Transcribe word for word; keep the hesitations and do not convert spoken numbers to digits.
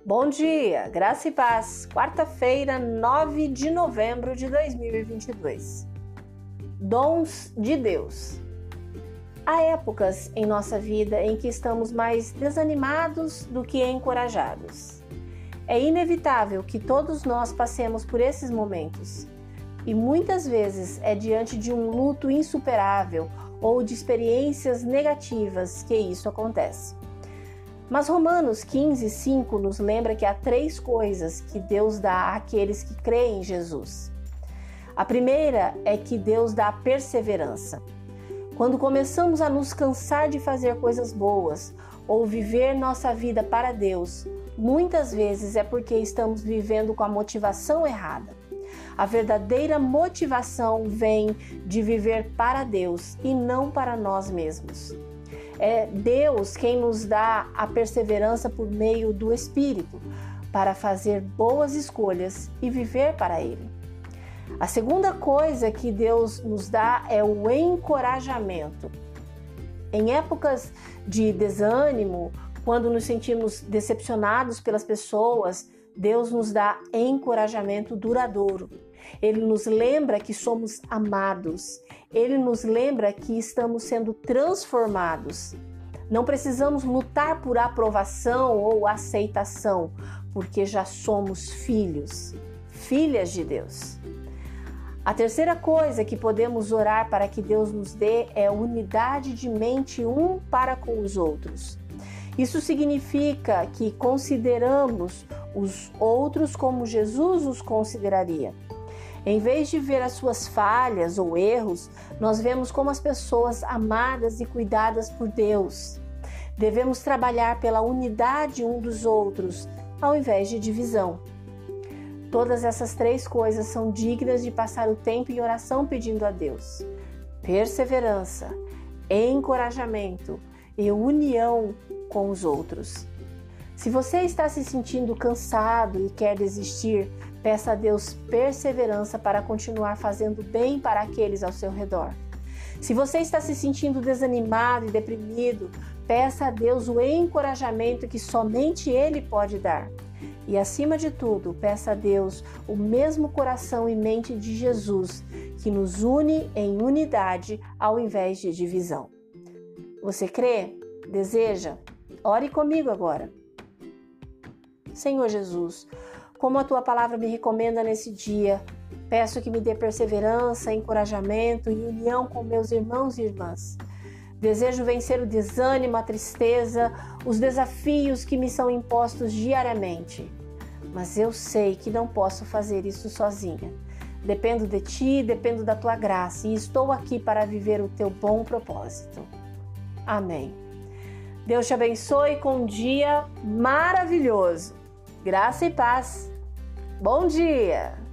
Bom dia, graça e paz. Quarta-feira, nove de novembro de dois mil e vinte e dois. Dons de Deus. Há épocas em nossa vida em que estamos mais desanimados do que encorajados. É inevitável que todos nós passemos por esses momentos. E muitas vezes é diante de um luto insuperável ou de experiências negativas que isso acontece. Mas Romanos quinze, cinco nos lembra que há três coisas que Deus dá àqueles que creem em Jesus. A primeira é que Deus dá perseverança. Quando começamos a nos cansar de fazer coisas boas ou viver nossa vida para Deus, muitas vezes é porque estamos vivendo com a motivação errada. A verdadeira motivação vem de viver para Deus e não para nós mesmos. É Deus quem nos dá a perseverança por meio do Espírito para fazer boas escolhas e viver para Ele. A segunda coisa que Deus nos dá é o encorajamento. Em épocas de desânimo, quando nos sentimos decepcionados pelas pessoas, Deus nos dá encorajamento duradouro. Ele nos lembra que somos amados. Ele nos lembra que estamos sendo transformados. Não precisamos lutar por aprovação ou aceitação, porque já somos filhos, filhas de Deus. A terceira coisa que podemos orar para que Deus nos dê é unidade de mente um para com os outros. Isso significa que consideramos os outros como Jesus os consideraria. Em vez de ver as suas falhas ou erros, nós vemos como as pessoas amadas e cuidadas por Deus. Devemos trabalhar pela unidade um dos outros, ao invés de divisão. Todas essas três coisas são dignas de passar o tempo em oração pedindo a Deus: perseverança, encorajamento e união com os outros. Se você está se sentindo cansado e quer desistir, peça a Deus perseverança para continuar fazendo bem para aqueles ao seu redor. Se você está se sentindo desanimado e deprimido, peça a Deus o encorajamento que somente Ele pode dar. E, acima de tudo, peça a Deus o mesmo coração e mente de Jesus, que nos une em unidade ao invés de divisão. Você crê? Deseja? Ore comigo agora. Senhor Jesus, como a Tua palavra me recomenda nesse dia, peço que me dê perseverança, encorajamento e união com meus irmãos e irmãs. Desejo vencer o desânimo, a tristeza, os desafios que me são impostos diariamente. Mas eu sei que não posso fazer isso sozinha. Dependo de Ti, dependo da Tua graça e estou aqui para viver o Teu bom propósito. Amém. Deus te abençoe com um dia maravilhoso. Graça e paz. Bom dia!